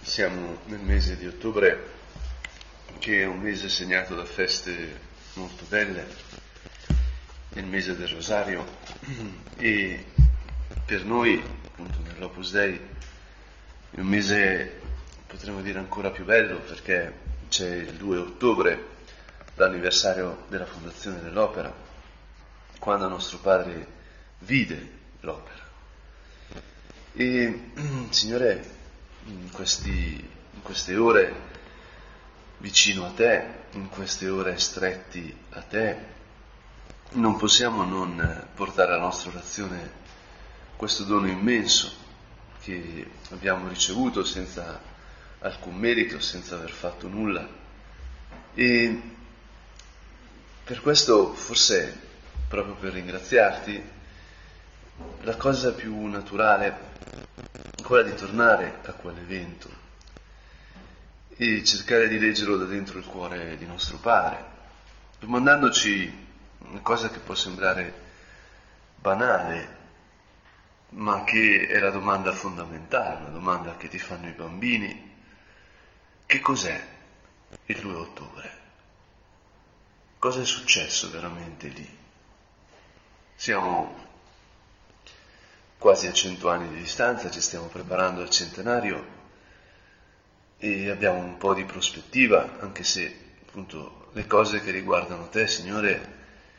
Siamo nel mese di ottobre, che è un mese segnato da feste molto belle, è il mese del Rosario, e per noi, appunto nell'Opus Dei, è un mese, potremmo dire, ancora più bello, perché c'è il 2 ottobre, l'anniversario della fondazione dell'opera, quando nostro padre vide l'opera. E Signore, in queste ore vicino a te, in queste ore stretti a te, non possiamo non portare alla nostra orazione questo dono immenso che abbiamo ricevuto senza alcun merito, senza aver fatto nulla. E per questo, forse proprio per ringraziarti, la cosa più naturale è quella di tornare a quell'evento e cercare di leggerlo da dentro il cuore di nostro Padre, domandandoci una cosa che può sembrare banale, ma che è la domanda fondamentale, una domanda che ti fanno i bambini: che cos'è il 2 ottobre? Cosa è successo veramente lì? Siamo quasi a 100 anni di distanza, ci stiamo preparando al centenario e abbiamo un po' di prospettiva, anche se appunto le cose che riguardano te, Signore,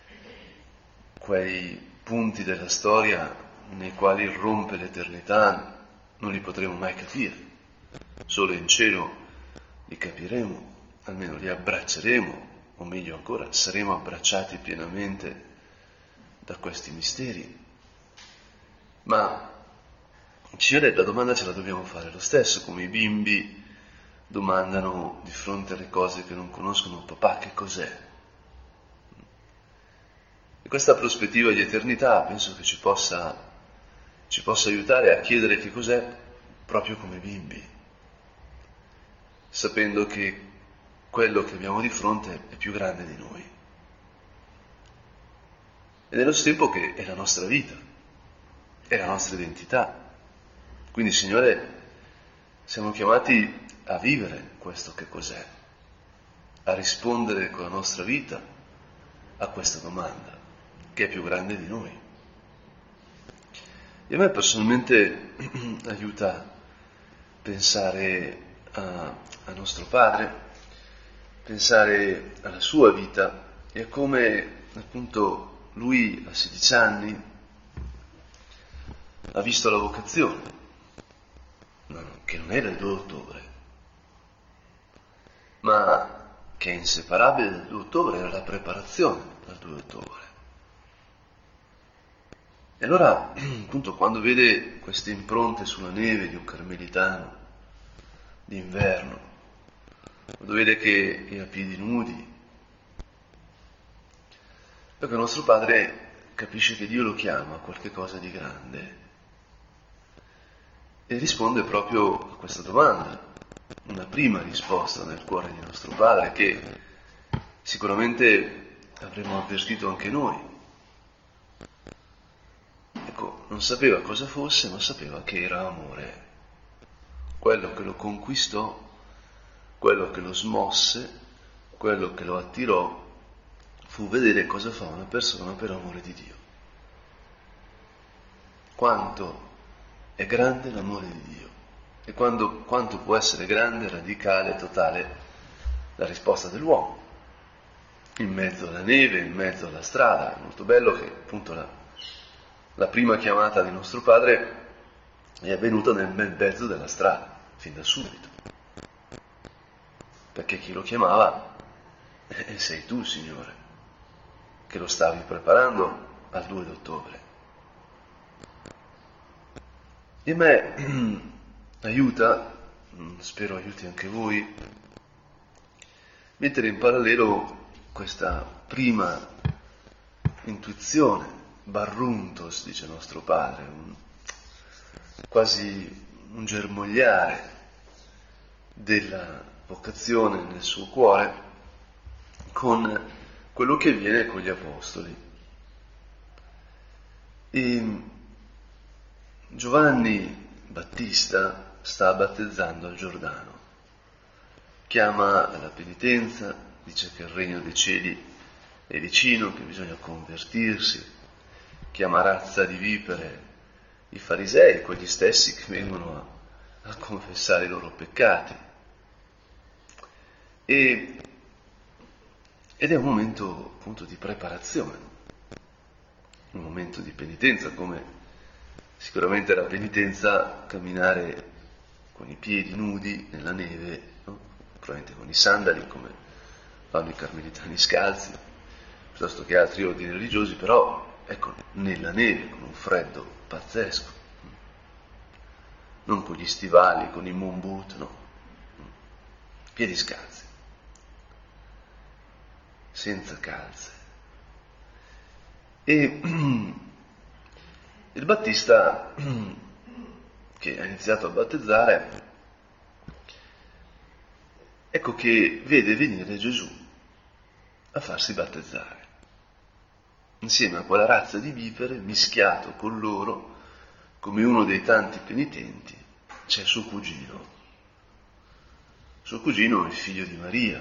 quei punti della storia nei quali irrompe l'eternità, non li potremo mai capire. Solo in cielo li capiremo, almeno li abbracceremo, o meglio ancora, saremo abbracciati pienamente da questi misteri. Ma, Signore, la domanda ce la dobbiamo fare lo stesso, come i bimbi domandano di fronte alle cose che non conoscono: papà, che cos'è? E questa prospettiva di eternità penso che ci possa aiutare a chiedere che cos'è proprio come bimbi, sapendo che quello che abbiamo di fronte è più grande di noi. E nello stesso tempo che è la nostra vita, è la nostra identità. Quindi, Signore, siamo chiamati a vivere questo che cos'è, a rispondere con la nostra vita a questa domanda, che è più grande di noi. E a me personalmente aiuta a pensare a nostro Padre, pensare alla sua vita e a come appunto lui a 16 anni ha visto la vocazione, che non era il 2 ottobre, ma che è inseparabile dal 2 ottobre, era la preparazione al 2 ottobre. E allora, appunto, quando vede queste impronte sulla neve di un carmelitano d'inverno, quando vede che è a piedi nudi, perché il nostro Padre capisce che Dio lo chiama a qualche cosa di grande e risponde proprio a questa domanda, una prima risposta nel cuore di nostro Padre che sicuramente avremmo avvertito anche noi. Ecco, non sapeva cosa fosse, ma sapeva che era amore. Quello che lo conquistò, quello che lo smosse, quello che lo attirò, fu vedere cosa fa una persona per amore di Dio. Quanto è grande l'amore di Dio e quanto può essere grande, radicale, totale la risposta dell'uomo. In mezzo alla neve, in mezzo alla strada. È molto bello che appunto la prima chiamata di nostro Padre è avvenuta nel mezzo della strada, fin da subito. Perché chi lo chiamava sei tu, Signore, che lo stavi preparando al 2 ottobre. E me aiuta, spero aiuti anche voi, mettere in parallelo questa prima intuizione, barruntos, dice nostro Padre, quasi un germogliare della vocazione nel suo cuore, con quello che avviene con gli Apostoli. E Giovanni Battista sta battezzando al Giordano. Chiama alla penitenza, dice che il regno dei cieli è vicino, che bisogna convertirsi, chiama razza di vipere i farisei, quegli stessi che vengono a confessare i loro peccati. Ed è un momento appunto di preparazione, un momento di penitenza, come sicuramente la penitenza camminare con i piedi nudi nella neve, no? Probabilmente con i sandali, come fanno i carmelitani scalzi, piuttosto che altri ordini religiosi, però ecco, nella neve, con un freddo pazzesco, non con gli stivali, con i moon boot, no, piedi scalzi, senza calze. E il Battista, che ha iniziato a battezzare, ecco che vede venire Gesù a farsi battezzare, insieme a quella razza di vipere, mischiato con loro, come uno dei tanti penitenti, c'è suo cugino. Suo cugino è il figlio di Maria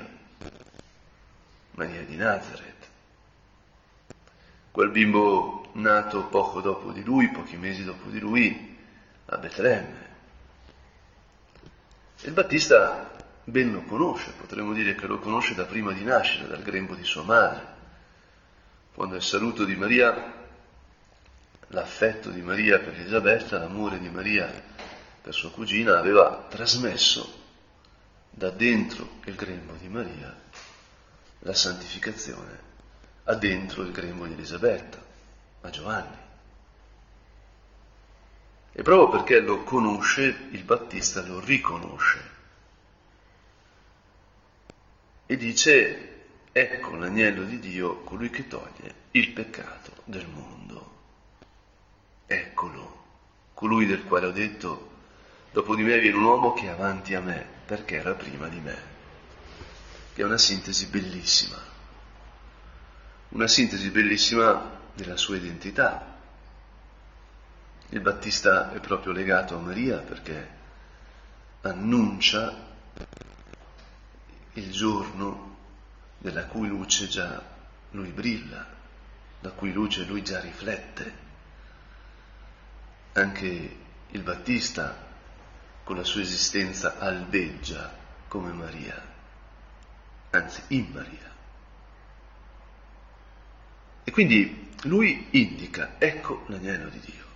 di Nazareth, quel bimbo nato poco dopo di lui, pochi mesi dopo di lui, a Betlemme. E il Battista ben lo conosce, potremmo dire che lo conosce da prima di nascere, dal grembo di sua madre. Quando il saluto di Maria, l'affetto di Maria per Elisabetta, l'amore di Maria per sua cugina, aveva trasmesso da dentro il grembo di Maria la santificazione a dentro il grembo di Elisabetta, a Giovanni. E proprio perché lo conosce, il Battista lo riconosce e dice: ecco l'agnello di Dio, colui che toglie il peccato del mondo. Eccolo, colui del quale ho detto: dopo di me viene un uomo che è avanti a me, perché era prima di me. Che è una sintesi bellissima della sua identità. Il Battista è proprio legato a Maria perché annuncia il giorno della cui luce già lui brilla, da cui luce lui già riflette. Anche il Battista con la sua esistenza albeggia come Maria, anzi in Maria. E quindi lui indica: ecco l'agnello di Dio,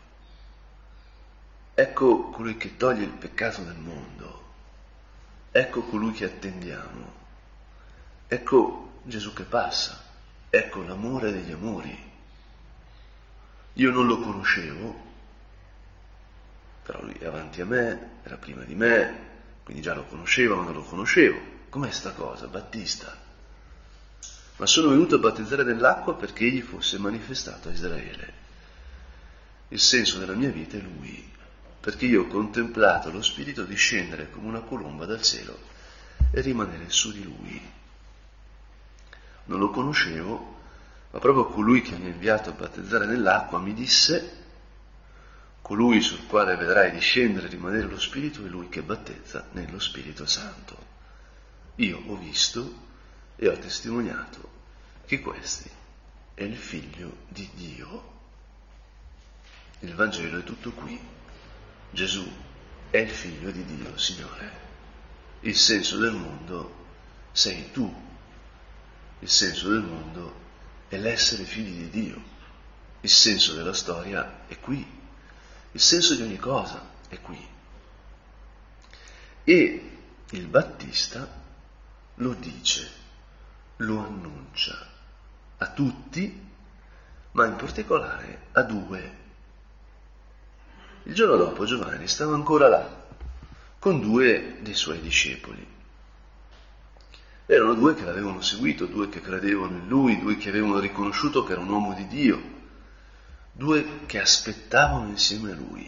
ecco colui che toglie il peccato del mondo, ecco colui che attendiamo, ecco Gesù che passa, ecco l'amore degli amori. Io non lo conoscevo, però lui è avanti a me, era prima di me, quindi già lo conoscevo, ma non lo conoscevo. Com'è sta cosa, Battista? Ma sono venuto a battezzare nell'acqua perché egli fosse manifestato a Israele. Il senso della mia vita è lui, perché io ho contemplato lo Spirito discendere come una colomba dal cielo e rimanere su di lui. Non lo conoscevo, ma proprio colui che mi ha inviato a battezzare nell'acqua mi disse: colui sul quale vedrai discendere e rimanere lo Spirito è lui che battezza nello Spirito Santo. Io ho visto e ho testimoniato che questi è il Figlio di Dio. Il Vangelo è tutto qui. Gesù è il Figlio di Dio, Signore. Il senso del mondo sei tu. Il senso del mondo è l'essere figli di Dio. Il senso della storia è qui. Il senso di ogni cosa è qui. E il Battista lo dice, lo annuncia a tutti, ma in particolare a due. Il giorno dopo Giovanni stava ancora là, con due dei suoi discepoli. Erano due che l'avevano seguito, due che credevano in lui, due che avevano riconosciuto che era un uomo di Dio, due che aspettavano insieme a lui.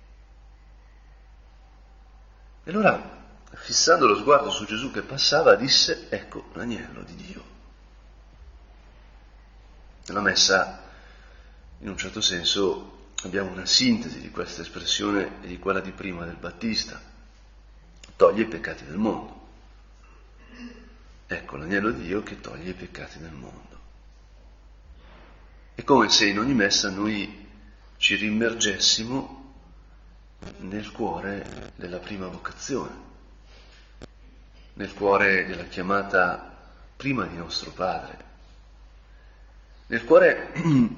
E allora, fissando lo sguardo su Gesù che passava, disse: ecco l'agnello di Dio. Nella messa, in un certo senso, abbiamo una sintesi di questa espressione e di quella di prima del Battista. toglie i peccati del mondo. Ecco l'agnello di Dio che toglie i peccati del mondo. È come se in ogni messa noi ci rimmergessimo nel cuore della prima vocazione, nel cuore della chiamata prima di nostro Padre, nel cuore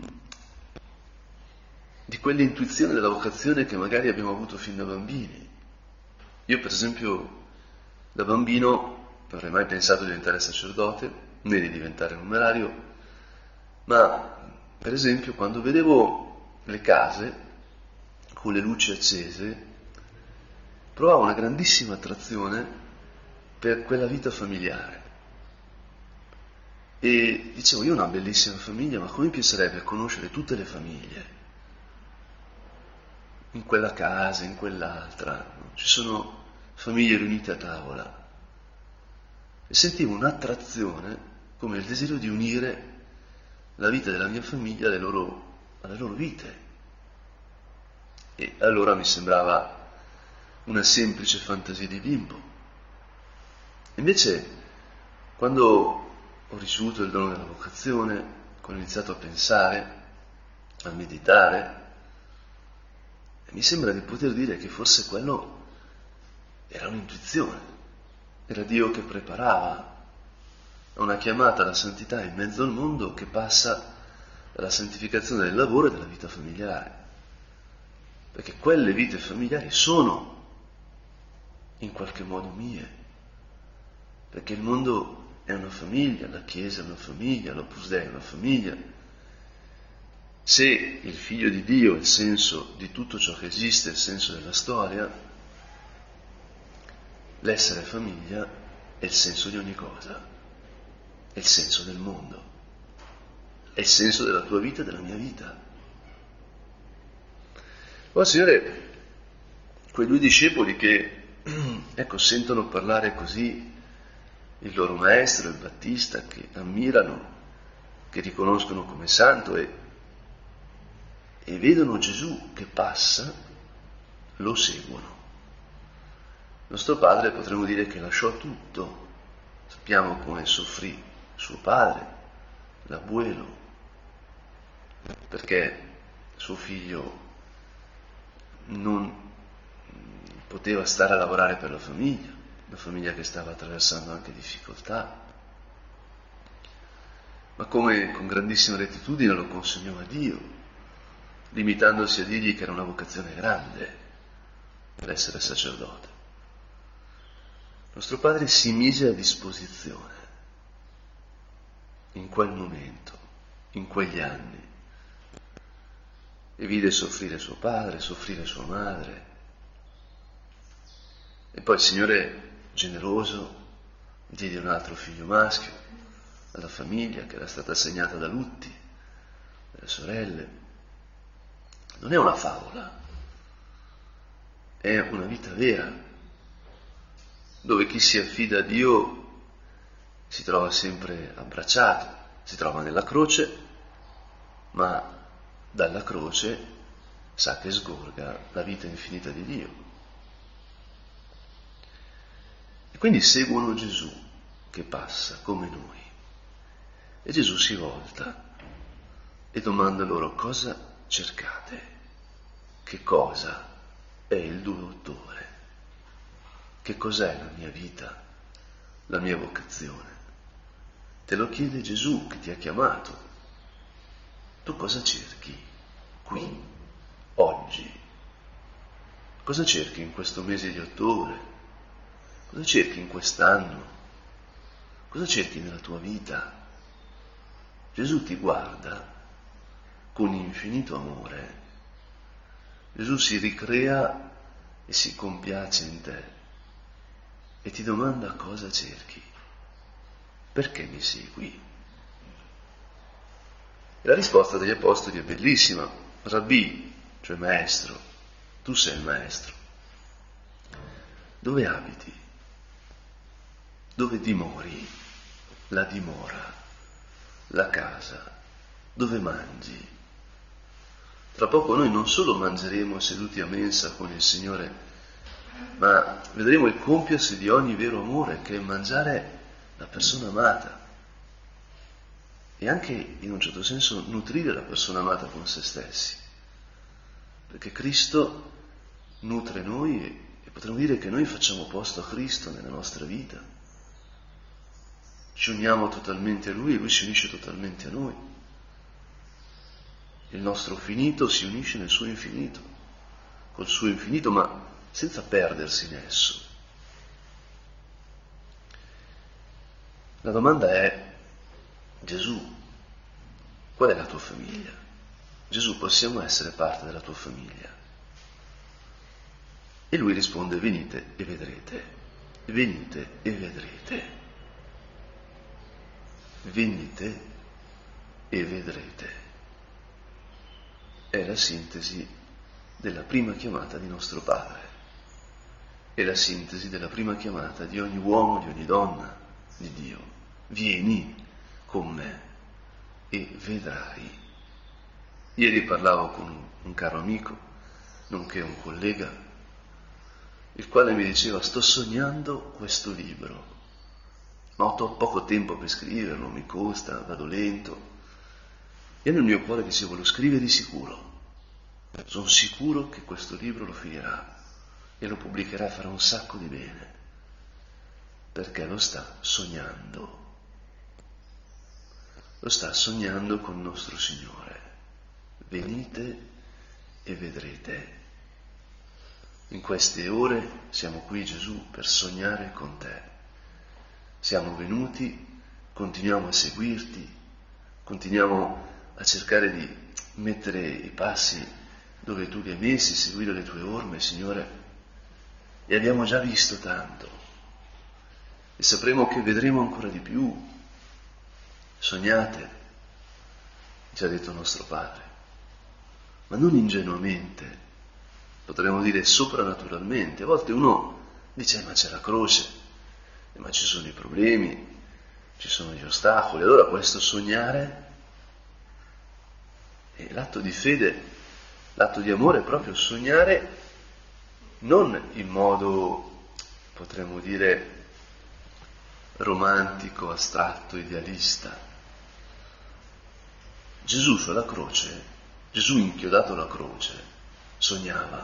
di quell'intuizione della vocazione che magari abbiamo avuto fin da bambini. Io per esempio da bambino non avrei mai pensato di diventare sacerdote, né di diventare numerario, ma per esempio quando vedevo le case con le luci accese, provavo una grandissima attrazione per quella vita familiare. E dicevo, io ho una bellissima famiglia, ma come mi piacerebbe conoscere tutte le famiglie, in quella casa, in quell'altra, no? Ci sono famiglie riunite a tavola. E sentivo un'attrazione, come il desiderio di unire la vita della mia famiglia alle loro vite. E allora mi sembrava una semplice fantasia di bimbo. Invece, quando ho ricevuto il dono della vocazione, quando ho iniziato a pensare, a meditare, mi sembra di poter dire che forse quello era un'intuizione, era Dio che preparava a una chiamata alla santità in mezzo al mondo che passa dalla santificazione del lavoro e della vita familiare. Perché quelle vite familiari sono in qualche modo mie, perché il mondo è una famiglia, la Chiesa è una famiglia, l'Opus Dei è una famiglia. Se il Figlio di Dio è il senso di tutto ciò che esiste, il senso della storia, l'essere famiglia è il senso di ogni cosa, è il senso del mondo, è il senso della tua vita e della mia vita. Oh Signore, quei due discepoli che, ecco, sentono parlare così il loro maestro, il Battista, che ammirano, che riconoscono come santo e vedono Gesù che passa, lo seguono. Nostro padre potremmo dire che lasciò tutto, sappiamo come soffrì suo padre, l'abuelo, perché suo figlio non poteva stare a lavorare per la famiglia che stava attraversando anche difficoltà, ma come con grandissima rettitudine lo consegnò a Dio, limitandosi a dirgli che era una vocazione grande l'essere sacerdote. Nostro padre si mise a disposizione in quel momento, in quegli anni, e vide soffrire suo padre, soffrire sua madre. E poi il Signore, generoso, diede un altro figlio maschio alla famiglia che era stata segnata da lutti, dalle sorelle. Non è una favola, è una vita vera, dove chi si affida a Dio si trova sempre abbracciato, si trova nella croce, ma dalla croce sa che sgorga la vita infinita di Dio. E quindi seguono Gesù che passa come noi. E Gesù si volta e domanda loro: cosa cercate? Che cosa è il dottore? Che cos'è la mia vita, la mia vocazione? Te lo chiede Gesù che ti ha chiamato. Tu cosa cerchi qui, oggi? Cosa cerchi in questo mese di ottobre? Cosa cerchi in quest'anno? Cosa cerchi nella tua vita? Gesù ti guarda con infinito amore. Gesù si ricrea e si compiace in te e ti domanda cosa cerchi. Perché mi segui? E la risposta degli apostoli è bellissima. Rabbì, cioè maestro, tu sei il maestro. Dove abiti? Dove dimori? La dimora, la casa, dove mangi? Tra poco noi non solo mangeremo seduti a mensa con il Signore ma vedremo il compiersi di ogni vero amore, che è mangiare la persona amata e anche in un certo senso nutrire la persona amata con se stessi, perché Cristo nutre noi e potremmo dire che noi facciamo posto a Cristo nella nostra vita, ci uniamo totalmente a Lui e Lui si unisce totalmente a noi, il nostro finito si unisce nel suo infinito, col suo infinito ma senza perdersi in esso. La domanda è: Gesù, qual è la tua famiglia? Gesù, possiamo essere parte della tua famiglia? E lui risponde: venite e vedrete, venite e vedrete, venite e vedrete. È la sintesi della prima chiamata di nostro Padre, è la sintesi della prima chiamata di ogni uomo, di ogni donna di Dio. Vieni con me e vedrai. Ieri parlavo con un caro amico, nonché un collega, il quale mi diceva: sto sognando questo libro, ma ho poco tempo per scriverlo, mi costa, vado lento. E nel mio cuore dicevo: lo scrive di sicuro, sono sicuro che questo libro lo finirà e lo pubblicherà e farà un sacco di bene, perché lo sta sognando. Lo sta sognando con il nostro Signore. Venite e vedrete. In queste ore siamo qui, Gesù, per sognare con te. Siamo venuti, continuiamo a seguirti, continuiamo a cercare di mettere i passi dove tu li hai messi, seguire le tue orme, Signore, e abbiamo già visto tanto e sapremo che vedremo ancora di più. Sognate, ci ha detto nostro Padre, ma non ingenuamente, potremmo dire soprannaturalmente. A volte uno dice: ma c'è la croce, ma ci sono i problemi, ci sono gli ostacoli. Allora questo sognare è l'atto di fede, l'atto di amore è proprio sognare, non in modo, potremmo dire, romantico, astratto, idealista. Gesù sulla croce, Gesù inchiodato alla croce, sognava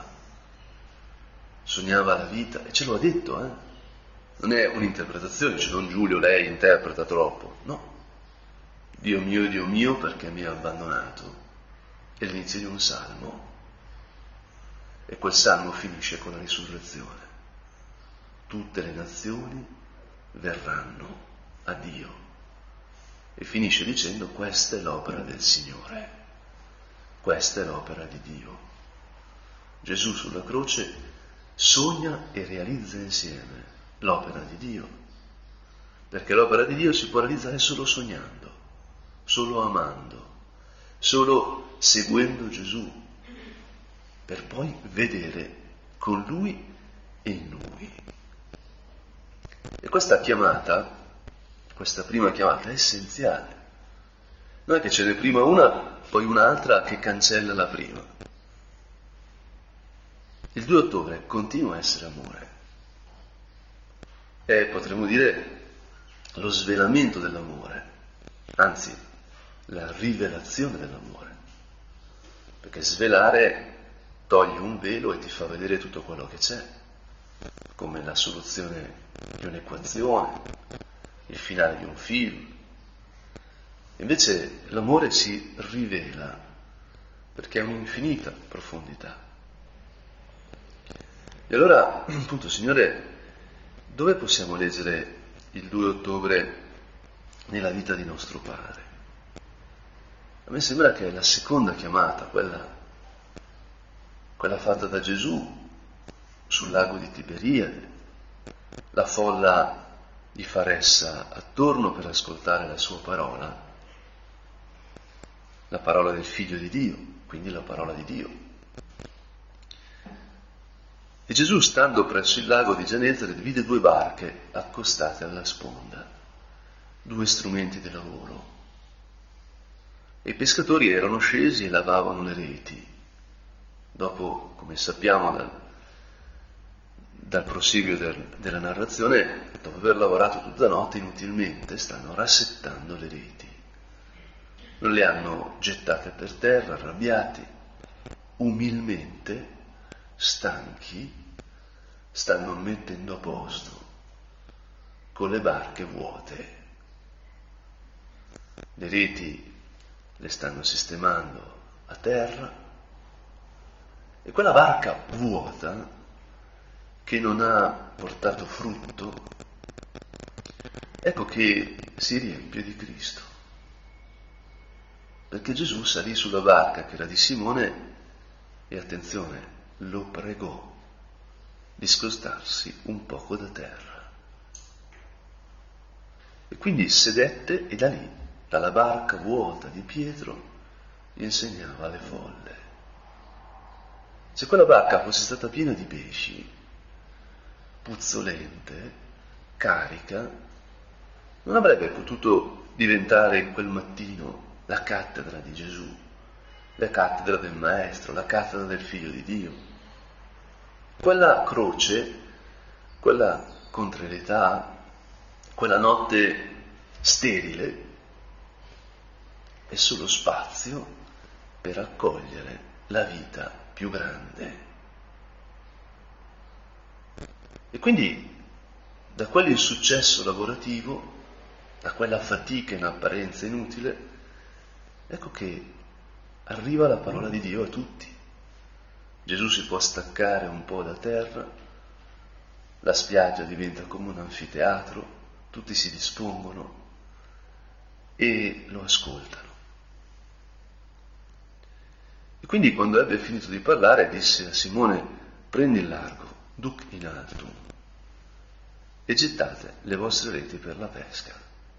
la vita, e ce lo ha detto, Non è un'interpretazione, dice Don Giulio, lei interpreta troppo, no. Dio mio, perché mi ha abbandonato, è l'inizio di un salmo, e quel salmo finisce con la risurrezione. Tutte le nazioni verranno a Dio. E finisce dicendo: questa è l'opera del Signore, questa è l'opera di Dio. Gesù sulla croce sogna e realizza insieme l'opera di Dio, perché l'opera di Dio si può realizzare solo sognando, solo amando, solo seguendo Gesù, per poi vedere con Lui e in Lui. E questa chiamata, questa prima chiamata è essenziale. Non è che ce n'è prima una, poi un'altra che cancella la prima. Il 2 ottobre continua a essere amore. È, potremmo dire, lo svelamento dell'amore, anzi, la rivelazione dell'amore. Perché svelare toglie un velo e ti fa vedere tutto quello che c'è, come la soluzione di un'equazione, il finale di un film. Invece l'amore si rivela perché ha un'infinita profondità. E allora, appunto, Signore, dove possiamo leggere il 2 ottobre nella vita di nostro Padre? A me sembra che è la seconda chiamata, quella fatta da Gesù sul lago di Tiberiade, la folla gli fa ressa attorno per ascoltare la sua parola, la parola del Figlio di Dio, quindi la parola di Dio. E Gesù, stando presso il lago di Genesaret, vide 2 barche accostate alla sponda, 2 strumenti di lavoro. E i pescatori erano scesi e lavavano le reti. Dopo, come sappiamo, dal prosieguo della narrazione, dopo aver lavorato tutta la notte inutilmente, stanno rassettando le reti. Non le hanno gettate per terra, arrabbiati, umilmente, stanchi, stanno mettendo a posto con le barche vuote. Le reti le stanno sistemando a terra e quella barca vuota che non ha portato frutto, ecco che si riempie di Cristo. Perché Gesù salì sulla barca che era di Simone e, attenzione, lo pregò di scostarsi un poco da terra. E quindi sedette e da lì, dalla barca vuota di Pietro, gli insegnava alle folle. Se quella barca fosse stata piena di pesci, puzzolente, carica, non avrebbe potuto diventare in quel mattino la cattedra di Gesù, la cattedra del Maestro, la cattedra del Figlio di Dio. Quella croce, quella contrarietà, quella notte sterile è solo spazio per accogliere la vita più grande. E quindi da quell'insuccesso lavorativo, da quella fatica in apparenza inutile, ecco che arriva la parola di Dio a tutti. Gesù si può staccare un po' da terra, la spiaggia diventa come un anfiteatro, tutti si dispongono e lo ascoltano. E quindi quando ebbe finito di parlare disse a Simone: prendi il largo, duc in altum, e gettate le vostre reti per la pesca.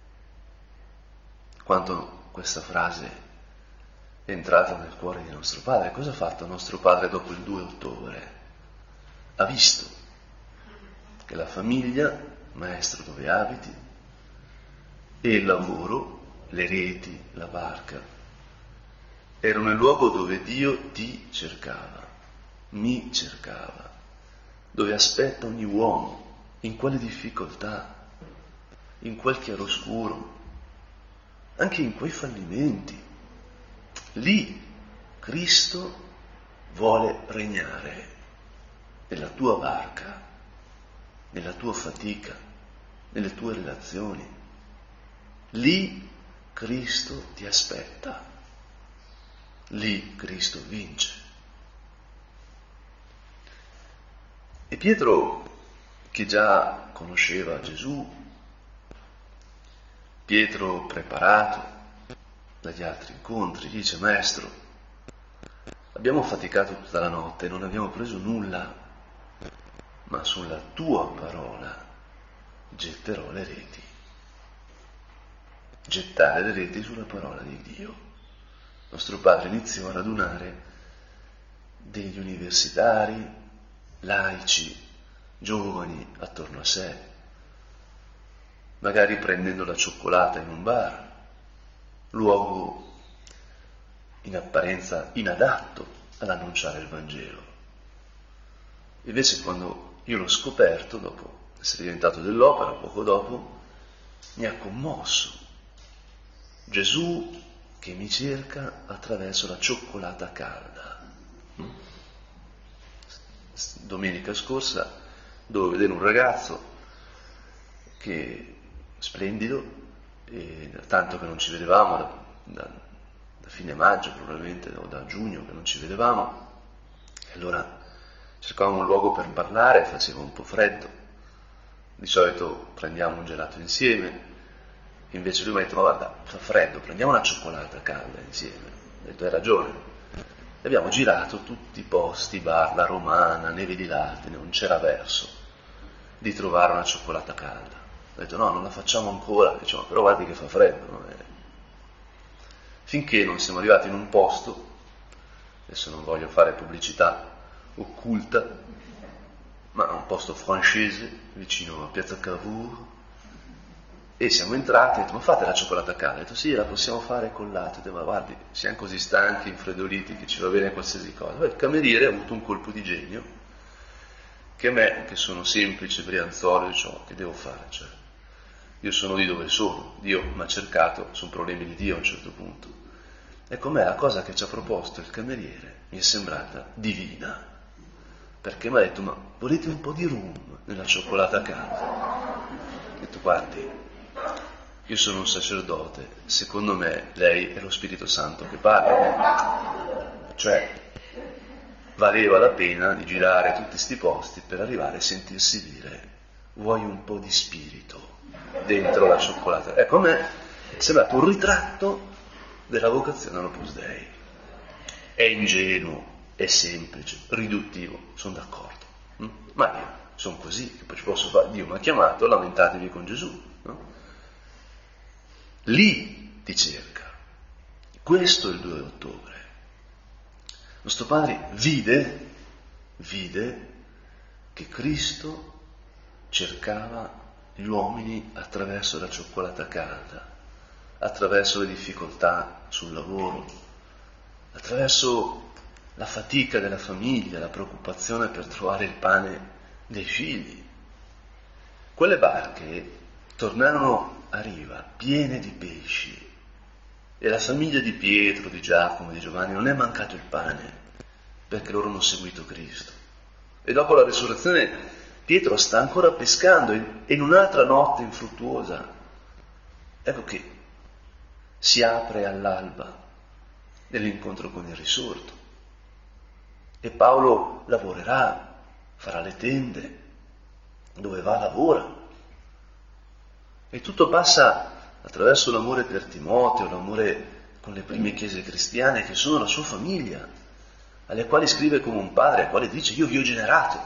Quando questa frase è entrata nel cuore di nostro padre, cosa ha fatto nostro padre dopo il 2 ottobre? Ha visto che la famiglia, Maestro dove abiti, e il lavoro, le reti, la barca, erano il luogo dove Dio ti cercava, mi cercava, dove aspetta ogni uomo, in quelle difficoltà, in quel chiaroscuro, anche in quei fallimenti. Lì Cristo vuole regnare nella tua barca, nella tua fatica, nelle tue relazioni. Lì Cristo ti aspetta, lì Cristo vince. E Pietro, che già conosceva Gesù, Pietro preparato dagli altri incontri, dice: Maestro, abbiamo faticato tutta la notte e non abbiamo preso nulla, ma sulla tua parola getterò le reti. Gettare le reti sulla parola di Dio. Nostro padre iniziò a radunare degli universitari, laici, giovani attorno a sé, magari prendendo la cioccolata in un bar, luogo in apparenza inadatto ad annunciare il Vangelo. Invece quando io l'ho scoperto, dopo essere diventato dell'opera, poco dopo, mi ha commosso. Gesù che mi cerca attraverso la cioccolata calda. Domenica scorsa dovevo vedere un ragazzo che splendido, e tanto che non ci vedevamo da fine maggio probabilmente, o da giugno che non ci vedevamo, e allora cercavamo un luogo per parlare, faceva un po' freddo, di solito prendiamo un gelato insieme, invece lui mi ha detto: ma guarda, fa freddo, prendiamo una cioccolata calda insieme. Ho detto: hai ragione. E abbiamo girato tutti i posti, bar, la Romana, Neve di Latte, non c'era verso di trovare una cioccolata calda. Ho detto: no, non la facciamo ancora. Diciamo: però guardi che fa freddo, no? Finché non siamo arrivati in un posto, adesso non voglio fare pubblicità occulta, ma un posto francese vicino a Piazza Cavour, e siamo entrati e ho detto: ma fate la cioccolata calda? Ho detto: sì, la possiamo fare con latte. Ho detto: ma guardi, siamo così stanchi, infreddoliti, che ci va bene qualsiasi cosa. Poi il cameriere ha avuto un colpo di genio che me, che sono semplice brianzolo, ciò che devo fare. Cioè, io sono di dove sono, Dio mi ha cercato, sono problemi di Dio a un certo punto. E com'è la cosa che ci ha proposto il cameriere mi è sembrata divina, perché mi ha detto: ma volete un po' di rum nella cioccolata calda? Ho detto: guardi, io sono un sacerdote, secondo me lei è lo Spirito Santo che parla, cioè valeva la pena di girare tutti questi posti per arrivare a sentirsi dire: vuoi un po' di spirito dentro la cioccolata? Ecco, a me è sembrato un ritratto della vocazione all'Opus Dei. È ingenuo, è semplice, riduttivo, sono d'accordo, ma io sono così, che poi ci posso fare. Dio mi ha chiamato, lamentatevi con Gesù, no? Lì ti cerca. Questo è il 2 ottobre. Nostro Padre vide che Cristo cercava gli uomini attraverso la cioccolata calda, attraverso le difficoltà sul lavoro, attraverso la fatica della famiglia, la preoccupazione per trovare il pane dei figli. Quelle barche tornarono a riva piene di pesci e la famiglia di Pietro, di Giacomo, di Giovanni non è mancato il pane perché loro hanno seguito Cristo. E dopo la risurrezione Pietro sta ancora pescando e in un'altra notte infruttuosa ecco che si apre all'alba nell'incontro con il risorto. E Paolo lavorerà, farà le tende, dove va lavora. E tutto passa attraverso l'amore per Timoteo, l'amore con le prime chiese cristiane che sono la sua famiglia, alle quali scrive come un padre, ai quali dice: io vi ho generato.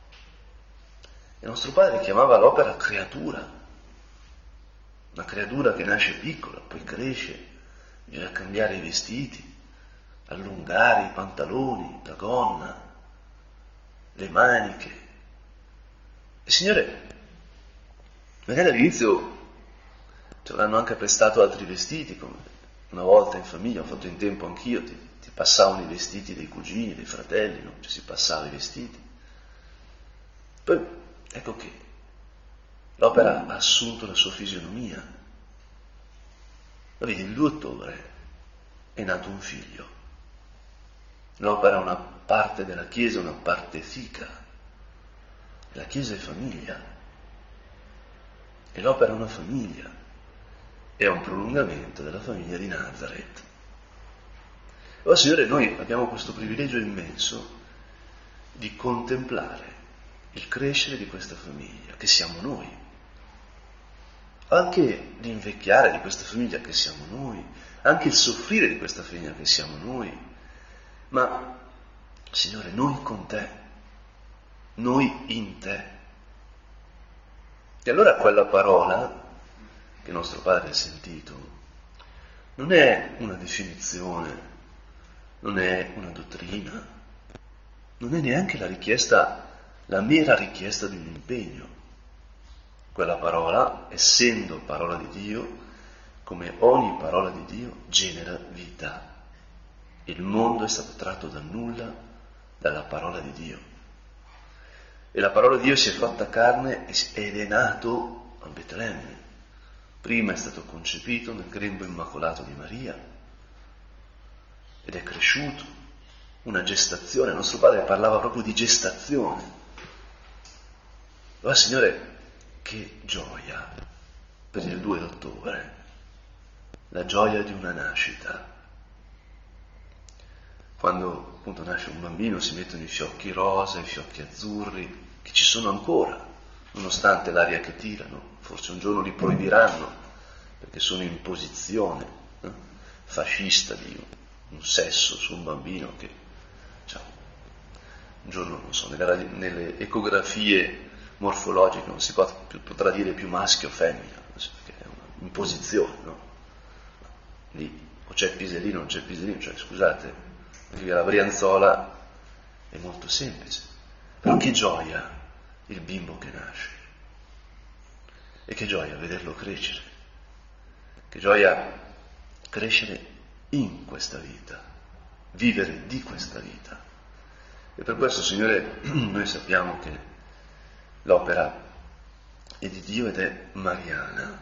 E il nostro Padre chiamava l'opera creatura, una creatura che nasce piccola, poi cresce, bisogna cambiare i vestiti, allungare i pantaloni, la gonna, le maniche. E Signore, magari all'inizio ci avranno anche prestato altri vestiti, come una volta in famiglia, ho fatto in tempo anch'io, ti passavano i vestiti dei cugini, dei fratelli, no? Ci si passava i vestiti. Poi ecco che l'opera ha assunto la sua fisionomia. Ma vedi, il 2 ottobre è nato un figlio. L'opera è una parte della Chiesa, una parte fica. La Chiesa è famiglia. E l'opera è una famiglia. È un prolungamento della famiglia di Nazareth. Ora, Signore, noi abbiamo questo privilegio immenso di contemplare il crescere di questa famiglia, che siamo noi. Anche l'invecchiare di questa famiglia, che siamo noi. Anche il soffrire di questa famiglia, che siamo noi. Ma, Signore, noi con te, noi in te. E allora quella parola che nostro Padre ha sentito non è una definizione, non è una dottrina, non è neanche la mera richiesta di un impegno. Quella parola, essendo parola di Dio, come ogni parola di Dio, genera vita. Il mondo è stato tratto dal nulla, dalla parola di Dio. E la parola di Dio si è fatta carne ed è nato a Betlemme. Prima è stato concepito nel grembo immacolato di Maria ed è cresciuto, una gestazione. Il nostro Padre parlava proprio di gestazione. Allora, Signore, che gioia per il 2 ottobre, la gioia di una nascita. Quando appunto nasce un bambino si mettono i fiocchi rosa, i fiocchi azzurri, che ci sono ancora, nonostante l'aria che tirano. Forse un giorno li proibiranno, perché sono in posizione fascista di un sesso su un bambino che, diciamo, un giorno, non so, nelle ecografie morfologiche non si potrà dire più maschio o femmina, perché è un'imposizione, no? Lì o c'è pisellino o non c'è pisellino, cioè scusate, la brianzola è molto semplice, però che gioia il bimbo che nasce, e che gioia vederlo crescere, che gioia crescere in questa vita, vivere di questa vita. E per questo, Signore, noi sappiamo che l'opera è di Dio ed è mariana,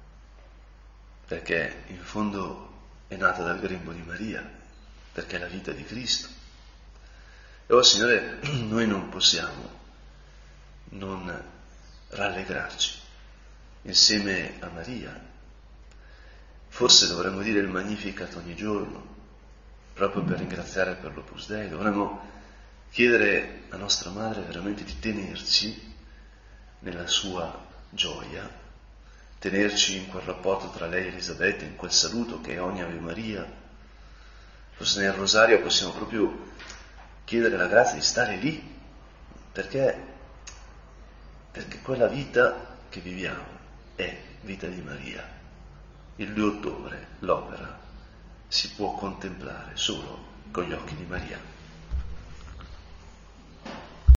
perché in fondo è nata dal grembo di Maria, perché è la vita di Cristo. E ora, Signore, noi non possiamo non rallegrarci insieme a Maria. Forse dovremmo dire il Magnificat ogni giorno, proprio per ringraziare per l'Opus Dei. Dovremmo chiedere a nostra Madre veramente di tenerci nella sua gioia, tenerci in quel rapporto tra lei e Elisabetta, in quel saluto che è ogni Ave Maria. Forse nel Rosario possiamo proprio chiedere la grazia di stare lì, perché quella vita che viviamo è vita di Maria. Il 2 ottobre l'opera si può contemplare solo con gli occhi di Maria.